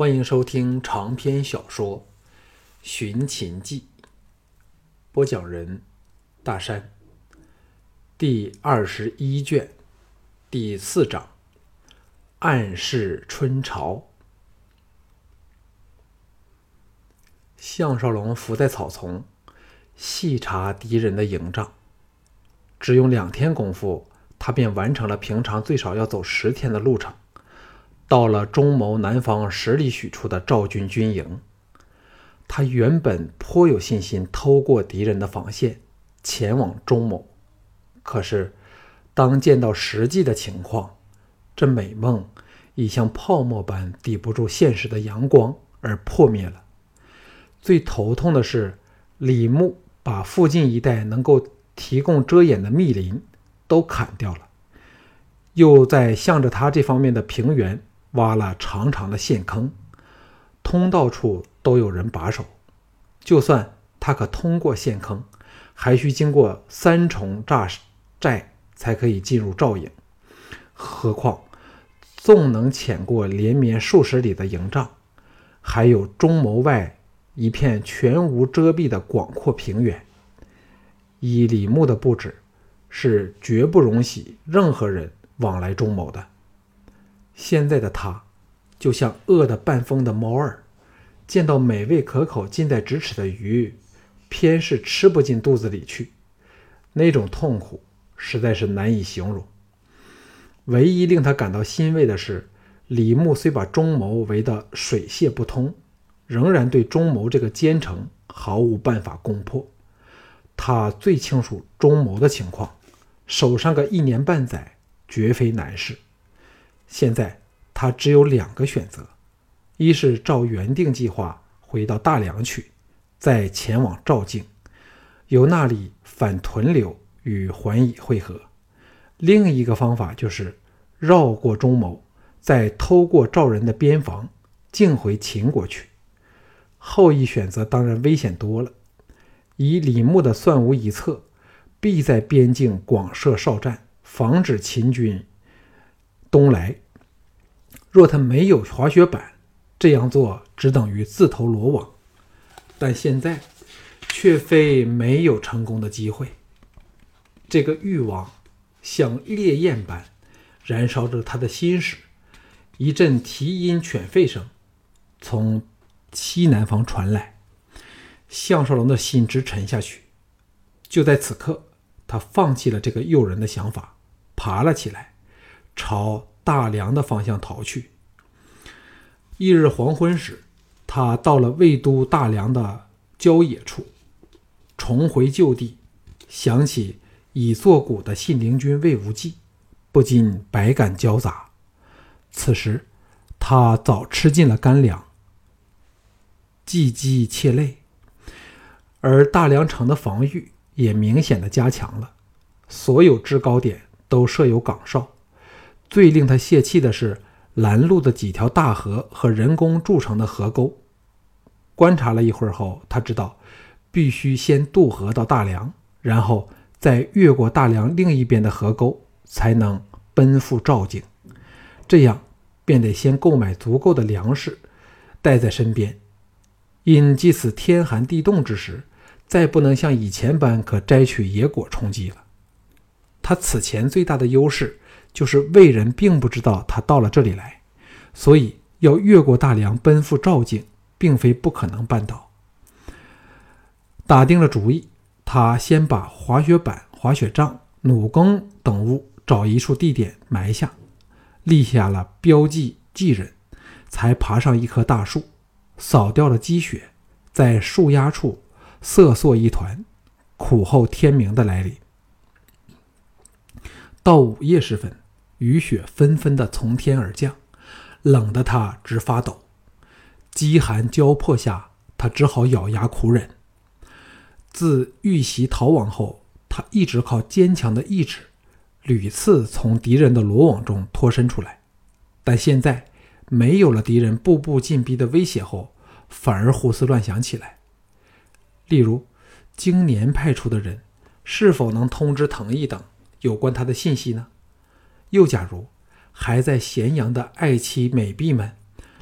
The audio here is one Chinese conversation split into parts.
欢迎收听长篇小说《寻秦记》，播讲人大山，第21卷，第4章，暗示春潮。项少龙伏在草丛，细查敌人的营帐。只用2天功夫，他便完成了平常最少要走10天的路程，到了中牟南方10里许处的赵军军营。他原本颇有信心偷过敌人的防线，前往中牟。可是当见到实际的情况，这美梦已像泡沫般抵不住现实的阳光而破灭了。最头痛的是，李牧把附近一带能够提供遮掩的密林都砍掉了，又在向着他这方面的平原挖了长长的陷坑，通道处都有人把守。就算他可通过陷坑，还需经过3重寨才可以进入赵营。何况纵能潜过连绵数十里的营帐，还有中牟外一片全无遮蔽的广阔平原。以李牧的布置，是绝不容许任何人往来中牟的。现在的他就像饿得半疯的猫儿，见到美味可口近在咫尺的鱼，偏是吃不进肚子里去，那种痛苦实在是难以形容。唯一令他感到欣慰的是，李牧虽把中牟围得水泄不通，仍然对中牟这个坚城毫无办法攻破。他最清楚中牟的情况，守上个1年半载绝非难事。现在他只有2个选择，一是照原定计划回到大梁去，再前往赵境，由那里反屯留与桓乙会合；另一个方法就是绕过中牟，再偷过赵人的边防，径回秦国去。后一选择当然危险多了，以李牧的算无一策，必在边境广设哨站，防止秦军东来。若他没有滑雪板，这样做只等于自投罗网。但现在却非没有成功的机会。这个欲望像烈焰般燃烧着他的心识。一阵啼音犬吠声从西南方传来，项少龙的心直沉下去。就在此刻，他放弃了这个诱人的想法，爬了起来，朝大梁的方向逃去。翌日黄昏时，他到了魏都大梁的郊野处，重回旧地，想起已作古的信陵君魏无忌，不禁百感交杂。此时他早吃尽了干粮，既饥且累，而大梁城的防御也明显的加强了，所有制高点都设有岗哨。最令他泄气的是拦路的几条大河和人工筑成的河沟。观察了一会儿后，他知道必须先渡河到大梁，然后再越过大梁另一边的河沟，才能奔赴赵境。这样便得先购买足够的粮食带在身边，因即此天寒地冻之时，再不能像以前般可摘取野果充饥了。他此前最大的优势就是魏人并不知道他到了这里来，所以要越过大梁奔赴赵境并非不可能办到。打定了主意，他先把滑雪板、滑雪杖、弩弓等物找一处地点埋下，立下了标记继人，才爬上一棵大树，扫掉了积雪，在树丫处瑟缩一团，苦候天明的来临。到午夜时分，雨雪纷纷地从天而降，冷得他直发抖。饥寒交迫下，他只好咬牙苦忍。自遇袭逃亡后，他一直靠坚强的意志，屡次从敌人的罗网中脱身出来。但现在没有了敌人步步进逼的威胁后，反而胡思乱想起来。例如，经年派出的人是否能通知滕毅等有关他的信息呢？又假如还在咸阳的爱妻美婢们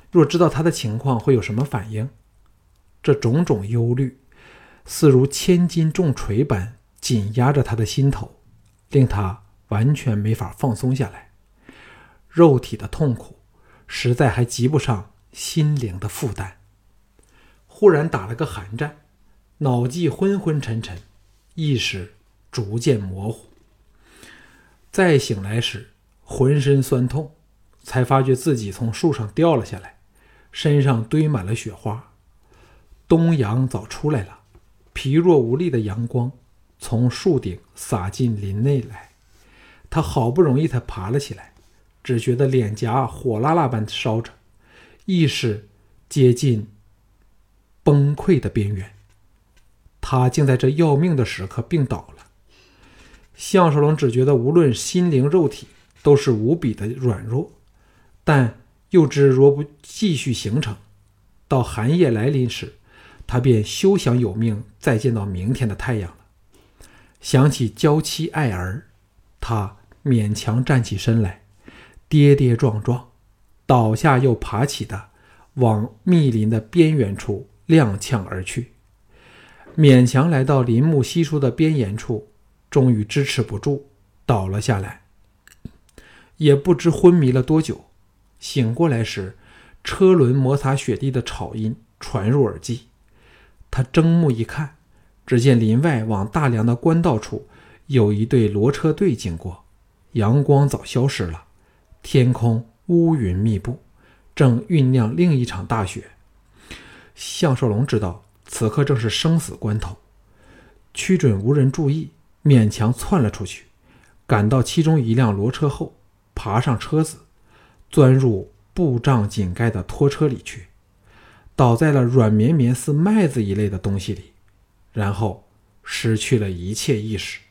若知道他的情况会有什么反应？这种种忧虑似如千斤重锤般紧压着他的心头，令他完全没法放松下来。肉体的痛苦实在还及不上心灵的负担。忽然打了个寒战，脑际昏昏沉沉，意识逐渐模糊。再醒来时，浑身酸痛，才发觉自己从树上掉了下来，身上堆满了雪花。东阳早出来了，疲弱无力的阳光从树顶洒进林内来。他好不容易才爬了起来，只觉得脸颊火辣辣般烧着，意识接近崩溃的边缘。他竟在这要命的时刻病倒了。项少龙只觉得无论心灵肉体都是无比的软弱，但又知若不继续行程，到寒夜来临时，他便休想有命再见到明天的太阳了。想起娇妻爱儿，他勉强站起身来，跌跌撞撞，倒下又爬起的往密林的边缘处踉跄而去。勉强来到林木稀疏的边沿处，终于支持不住，倒了下来。也不知昏迷了多久，醒过来时，车轮摩擦雪地的吵音传入耳际。他睁目一看，只见林外往大梁的官道处有一队骡车队经过，阳光早消失了，天空乌云密布，正酝酿另一场大雪。项少龙知道此刻正是生死关头，屈准无人注意，勉强窜了出去，赶到其中一辆骡车后，爬上车子，钻入布帐紧盖的拖车里去，倒在了软绵绵似麦子一类的东西里，然后失去了一切意识。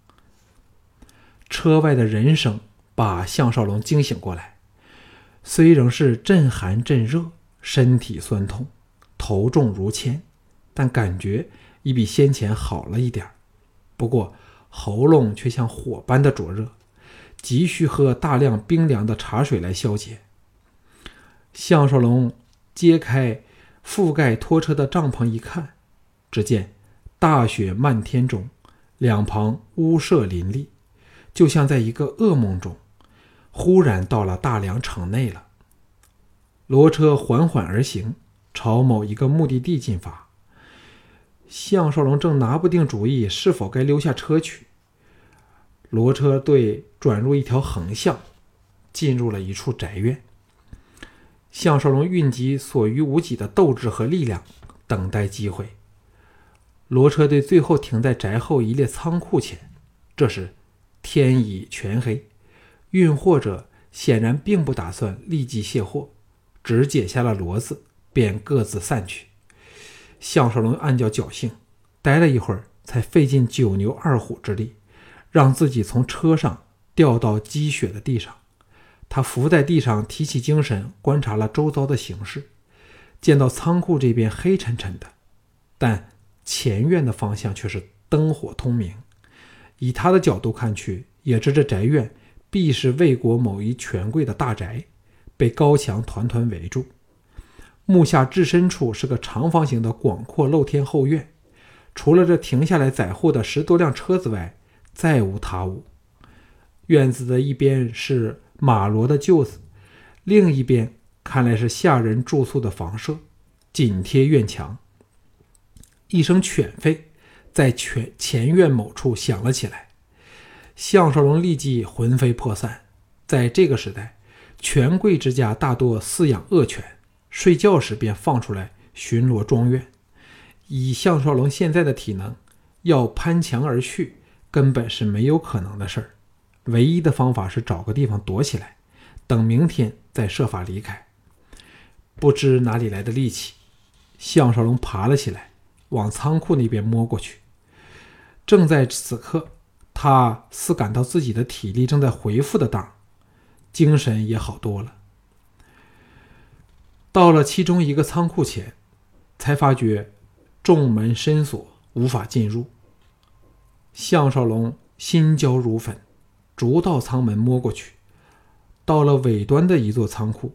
车外的人声把项少龙惊醒过来，虽仍是阵寒阵热，身体酸痛，头重如铅，但感觉已比先前好了一点，不过喉咙却像火般的灼热，急需喝大量冰凉的茶水来消解。项少龙揭开覆盖拖车的帐篷一看，只见大雪漫天中，两旁屋舍林立，就像在一个噩梦中，忽然到了大梁城内了。骡车缓缓而行，朝某一个目的地进发。项少龙正拿不定主意是否该溜下车去，骡车队转入一条横向，进入了一处宅院。项少龙运集所余无几的斗志和力量，等待机会。骡车队最后停在宅后一列仓库前，这时天已全黑，运货者显然并不打算立即卸货，只解下了骡子便各自散去。项少龙暗叫侥幸，待了一会儿，才费尽9牛2虎之力，让自己从车上掉到积雪的地上。他伏在地上，提起精神观察了周遭的形势，见到仓库这边黑沉沉的，但前院的方向却是灯火通明。以他的角度看去，也知这宅院必是魏国某一权贵的大宅，被高墙团团围住。木下至深处是个长方形的广阔露天后院，除了这停下来载货的10多辆车子外，再无他物。院子的一边是马骡的厩子，另一边看来是下人住宿的房舍，紧贴院墙。一声犬吠在前院某处响了起来，项少龙立即魂飞魄散。在这个时代，权贵之家大多饲养恶犬，睡觉时便放出来巡逻庄院。以项少龙现在的体能，要攀墙而去根本是没有可能的事儿。唯一的方法是找个地方躲起来，等明天再设法离开。不知哪里来的力气，项少龙爬了起来，往仓库那边摸过去。正在此刻，他似感到自己的体力正在恢复的当，精神也好多了。到了其中一个仓库前，才发觉重门深锁，无法进入。项少龙心焦如焚，逐道仓门摸过去，到了尾端的一座仓库，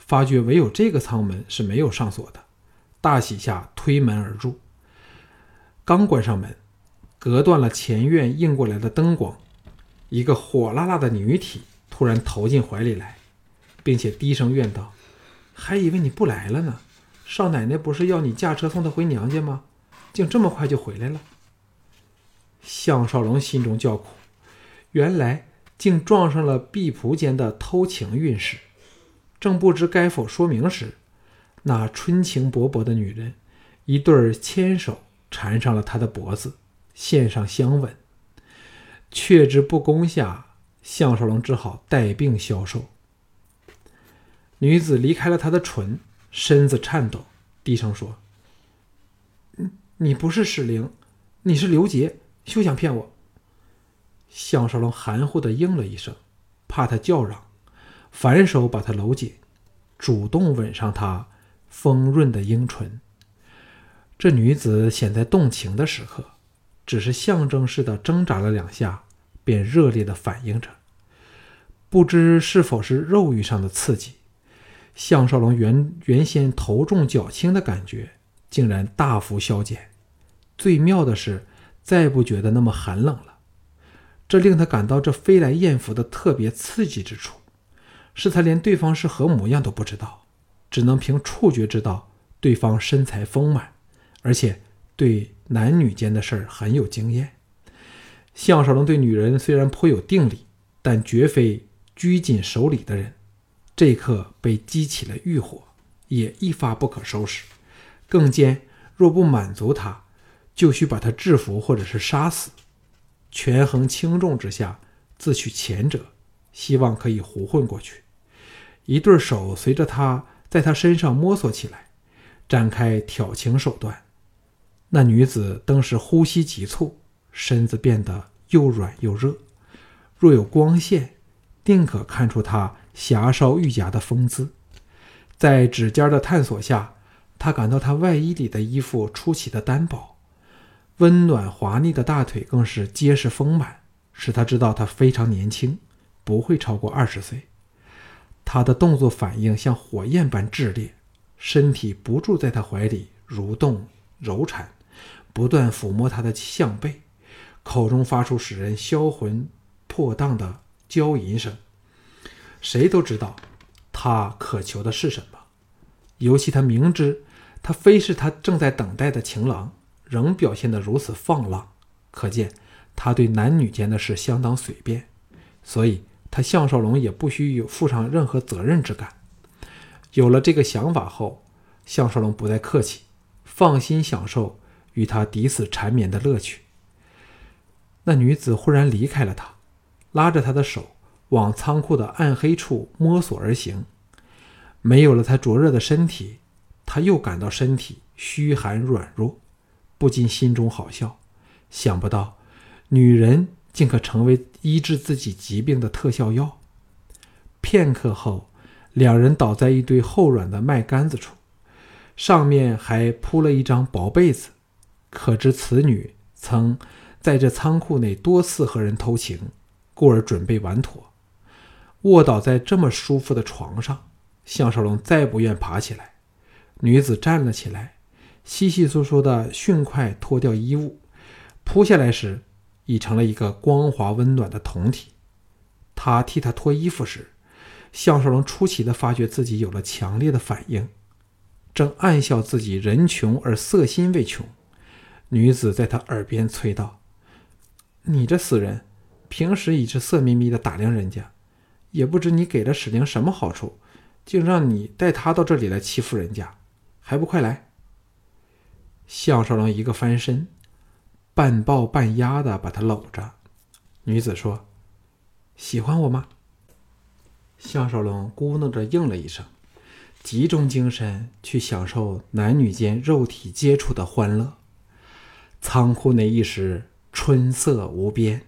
发觉唯有这个舱门是没有上锁的，大喜下推门而入。刚关上门，隔断了前院映过来的灯光，一个火辣辣的女体突然投进怀里来，并且低声怨道：“还以为你不来了呢，少奶奶不是要你驾车送她回娘家吗？竟这么快就回来了。”项少龙心中叫苦，原来竟撞上了婢仆间的偷情运势。正不知该否说明时，那春情勃勃的女人一对牵手缠上了他的脖子，献上香吻。却之不攻下，项少龙只好带病消受。女子离开了他的唇，身子颤抖，低声说：“你不是史灵，你是刘杰，休想骗我。”项少龙含糊地应了一声，怕他叫嚷，反手把他搂紧，主动吻上他丰润的樱唇。这女子显在动情的时刻，只是象征式的挣扎了2下，便热烈地反应着。不知是否是肉欲上的刺激，项少龙原先头重脚轻的感觉竟然大幅消减。最妙的是，再不觉得那么寒冷了。这令他感到这飞来艳福的特别刺激之处，是他连对方是何模样都不知道，只能凭触觉知道对方身材丰满，而且对男女间的事儿很有经验。项少龙对女人虽然颇有定力，但绝非拘谨守礼的人。这一刻被激起了欲火，也一发不可收拾。更兼若不满足他，就需把他制服或者是杀死。权衡轻重之下，自取前者，希望可以胡混过去。一对手随着他在他身上摸索起来，展开挑情手段。那女子登时呼吸急促，身子变得又软又热，若有光线，定可看出她霞烧玉颊的风姿。在指尖的探索下，他感到她外衣里的衣服出奇的单薄，温暖滑腻的大腿更是结实丰满，使他知道她非常年轻，不会超过20岁。她的动作反应像火焰般炽烈，身体不住在他怀里蠕动揉缠，不断抚摸他的项背，口中发出使人销魂魄荡的娇吟声。谁都知道他渴求的是什么，尤其他明知他非是他正在等待的情郎，仍表现得如此放浪，可见他对男女间的事相当随便，所以他项少龙也不需有负上任何责任之感。有了这个想法后，项少龙不再客气，放心享受与他抵死缠绵的乐趣。那女子忽然离开了他，拉着他的手往仓库的暗黑处摸索而行。没有了他灼热的身体，他又感到身体虚寒软弱，不禁心中好笑，想不到女人竟可成为医治自己疾病的特效药。片刻后，两人倒在一堆厚软的麦秆子处，上面还铺了一张薄被子，可知此女曾在这仓库内多次和人偷情，故而准备完妥。卧倒在这么舒服的床上，项少龙再不愿爬起来。女子站了起来，稀稀疏疏的迅快脱掉衣物，扑下来时已成了一个光滑温暖的酮体。他替她脱衣服时，项少龙出奇地发觉自己有了强烈的反应，正暗笑自己人穷而色心未穷。女子在他耳边催道：“你这死人，平时一直色眯眯地打量人家，也不知你给了史灵什么好处，竟让你带他到这里来欺负人家，还不快来！”项少龙一个翻身，半抱半压地把他搂着。女子说：“喜欢我吗？”项少龙咕哝着应了一声，集中精神去享受男女间肉体接触的欢乐。仓库内一时春色无边。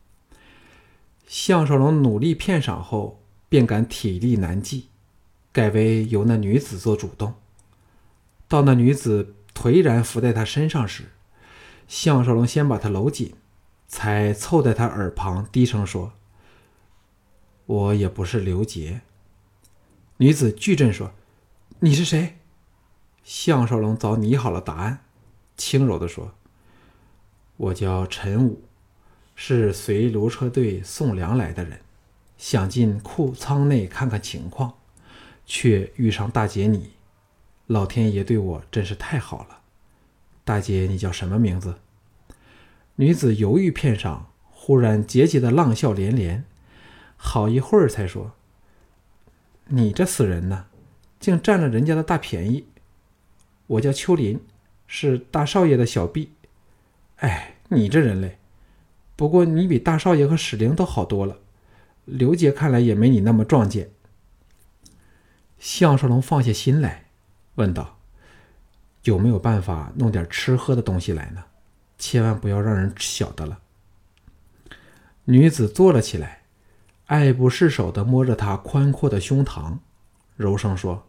项少龙努力片晌后，便感体力难继，改为由那女子做主动。到那女子颓然伏在他身上时，项少龙先把她搂紧，才凑在她耳旁低声说：“我也不是刘杰。” 女子巨震说：“你是谁？”项少龙早拟好了答案，轻柔地说：“我叫陈武，是随卢车队送粮来的人，想进库仓内看看情况，却遇上大姐你。老天爷对我真是太好了。大姐，你叫什么名字？”女子犹豫片上，忽然桀桀的浪笑连连，好一会儿才说：“你这死人呢，竟占了人家的大便宜。我叫秋林，是大少爷的小婢。哎，你这人类，不过你比大少爷和史灵都好多了。刘杰看来也没你那么壮健。”项少龙放下心来，问道：“有没有办法弄点吃喝的东西来呢？千万不要让人晓得了。”女子坐了起来，爱不释手地摸着他宽阔的胸膛，柔声说：“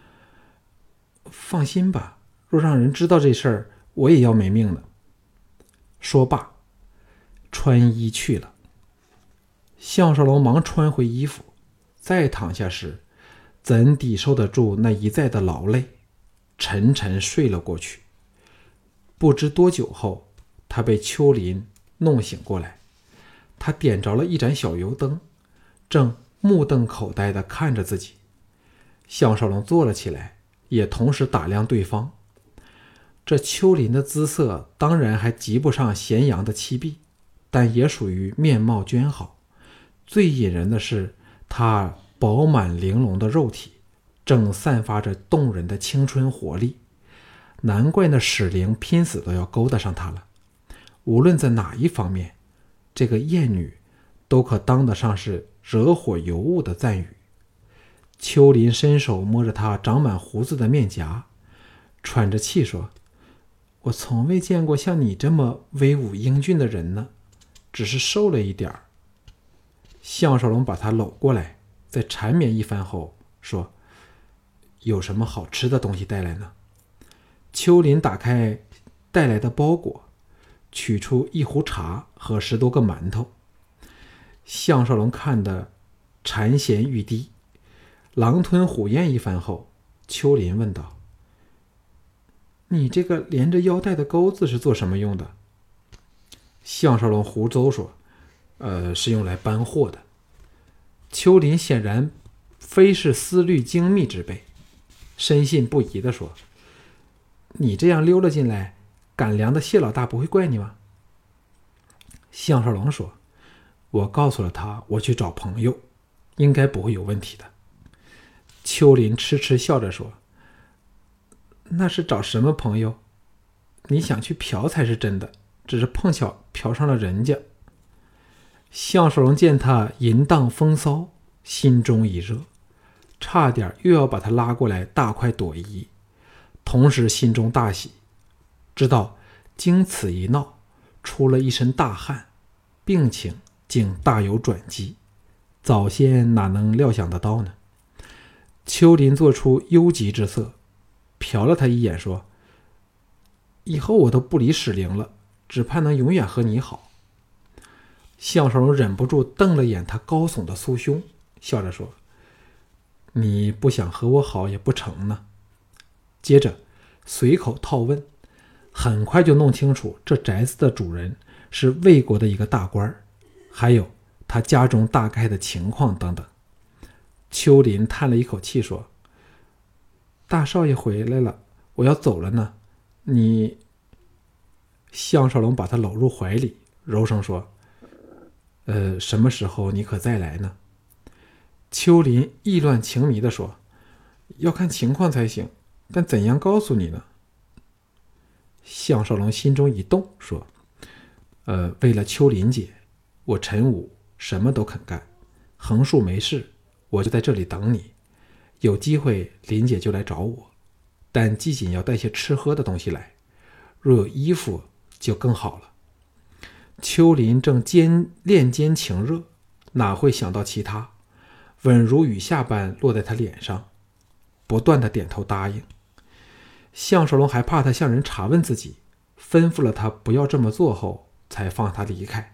放心吧，若让人知道这事儿，我也要没命的。”说罢，穿衣去了。项少龙忙穿回衣服，再躺下时，怎抵受得住那一再的劳累，沉沉睡了过去。不知多久后，他被秋林弄醒过来，他点着了一盏小油灯，正目瞪口呆地看着自己。项少龙坐了起来，也同时打量对方。这秋林的姿色当然还及不上咸阳的七婢，但也属于面貌娟好。最引人的是他饱满玲珑的肉体，正散发着动人的青春活力。难怪那史灵拼死都要勾搭上他了。无论在哪一方面，这个艳女都可当得上是惹火尤物的赞誉。秋林伸手摸着她长满胡子的面颊，喘着气说：“我从未见过像你这么威武英俊的人呢，只是瘦了一点儿。”项少龙把她搂过来，再缠绵一番后说：“有什么好吃的东西带来呢？”秋林打开带来的包裹，取出一壶茶和10多个馒头。项少龙看得馋涎欲滴，狼吞虎咽一番后，秋林问道：“你这个连着腰带的钩子是做什么用的？”项少龙胡诌说：“是用来搬货的。”秋林显然非是思虑精密之辈，深信不疑地说：“你这样溜了进来，赶粮的谢老大不会怪你吗？”项少龙说：“我告诉了他我去找朋友，应该不会有问题的。”秋林痴痴笑着说：“那是找什么朋友？你想去嫖才是真的，只是碰巧嫖上了人家。”项少龙见他淫荡风骚，心中一热，差点又要把他拉过来大快朵颐，同时心中大喜，知道经此一闹，出了一身大汗，病情竟大有转机，早先哪能料想得到呢？秋林做出忧急之色，瞟了他一眼说：“以后我都不理史灵了，只盼能永远和你好。”项少龙忍不住瞪了眼他高耸的酥胸，笑着说：“你不想和我好也不成呢。”接着随口套问，很快就弄清楚这宅子的主人是魏国的一个大官，还有他家中大概的情况等等。秋林叹了一口气说：“大少爷回来了，我要走了呢。你……”项少龙把他搂入怀里，柔声说：“什么时候你可再来呢？”秋林意乱情迷地说：“要看情况才行，但怎样告诉你呢？”项少龙心中一动，说：“为了秋林姐，我陈武什么都肯干。横竖没事，我就在这里等你。有机会，林姐就来找我，但记紧要带些吃喝的东西来。若有衣服，就更好了。”秋林正恋间情热，哪会想到其他，稳如雨下般落在他脸上，不断的点头答应。项少龙还怕他向人查问自己，吩咐了他不要这么做后，才放他离开。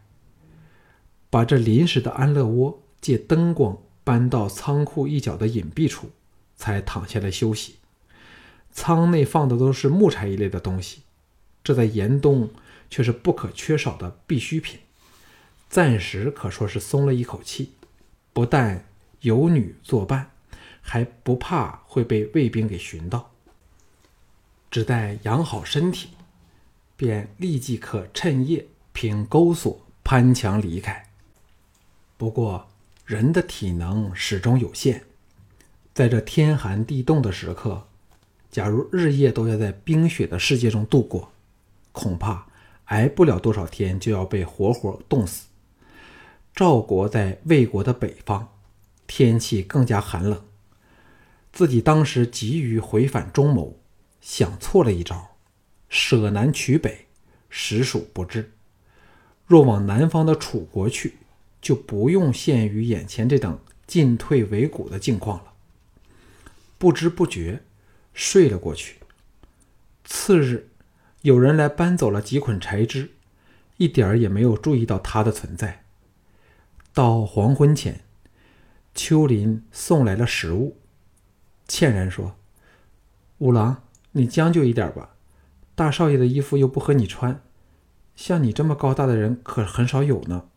把这临时的安乐窝借灯光搬到仓库一角的隐蔽处， 才躺下来休息。舱内放的都是木柴一类的东西，这在严冬却是不可缺少的必需品。暂时可说是松了一口气，不但有女作伴，还不怕会被卫兵给寻到。只待养好身体，便立即可趁夜凭钩索攀墙离开。不过人的体能始终有限，在这天寒地冻的时刻，假如日夜都要在冰雪的世界中度过，恐怕挨不了多少天就要被活活冻死。赵国在魏国的北方，天气更加寒冷，自己当时急于回返中牟，想错了一招，舍南取北，实属不智。若往南方的楚国去，就不用陷于眼前这等进退维谷的境况了。不知不觉睡了过去。次日，有人来搬走了几捆柴枝，一点儿也没有注意到他的存在。到黄昏前，丘林送来了食物，歉然说：“五郎，你将就一点吧，大少爷的衣服又不和你穿，像你这么高大的人可很少有呢。”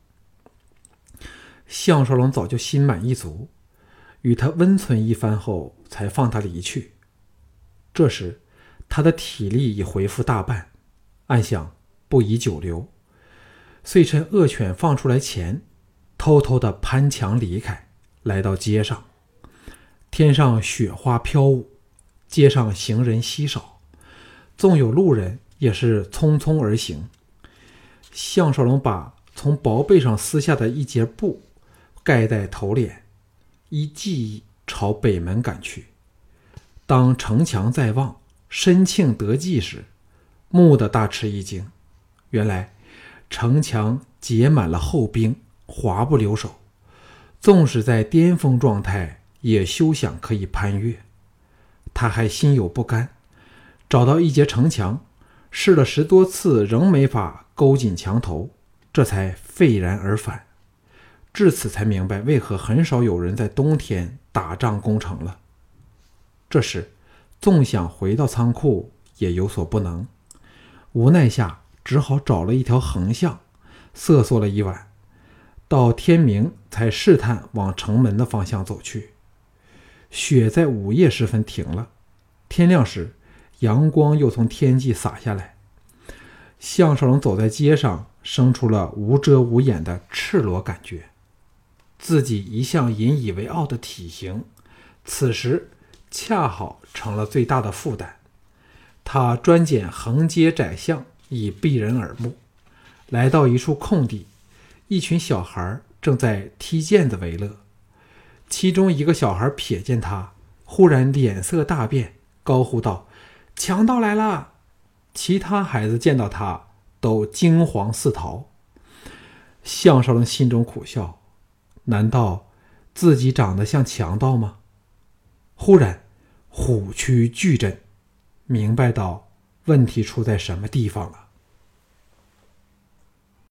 项少龙早就心满意足，与他温存一番后，才放他离去。这时他的体力已恢复大半，暗想不宜久留，遂趁恶犬放出来前，偷偷地攀墙离开，来到街上。天上雪花飘舞，街上行人稀少，纵有路人也是匆匆而行。项少龙把从薄被上撕下的一截布盖在头脸，依记忆朝北门赶去。当城墙在望，申庆得计时，蓦地大吃一惊，原来城墙结满了厚冰，滑不留手，纵使在巅峰状态，也休想可以攀越。他还心有不甘，找到一截城墙，试了10多次，仍没法勾紧墙头，这才废然而返。至此才明白为何很少有人在冬天打仗攻城了。这时纵想回到仓库也有所不能，无奈下只好找了一条横巷，瑟缩了一晚，到天明才试探往城门的方向走去。雪在午夜时分停了，天亮时阳光又从天际洒下来。项少龙走在街上，生出了无遮无掩的赤裸感觉。自己一向引以为傲的体型，此时恰好成了最大的负担。他专拣横街窄巷，以避人耳目。来到一处空地，一群小孩正在踢毽子为乐。其中一个小孩瞥见他，忽然脸色大变，高呼道：“强盗来了！”其他孩子见到他都惊惶四逃。项少龙心中苦笑，难道自己长得像强盗吗？忽然虎躯巨震，明白到问题出在什么地方了。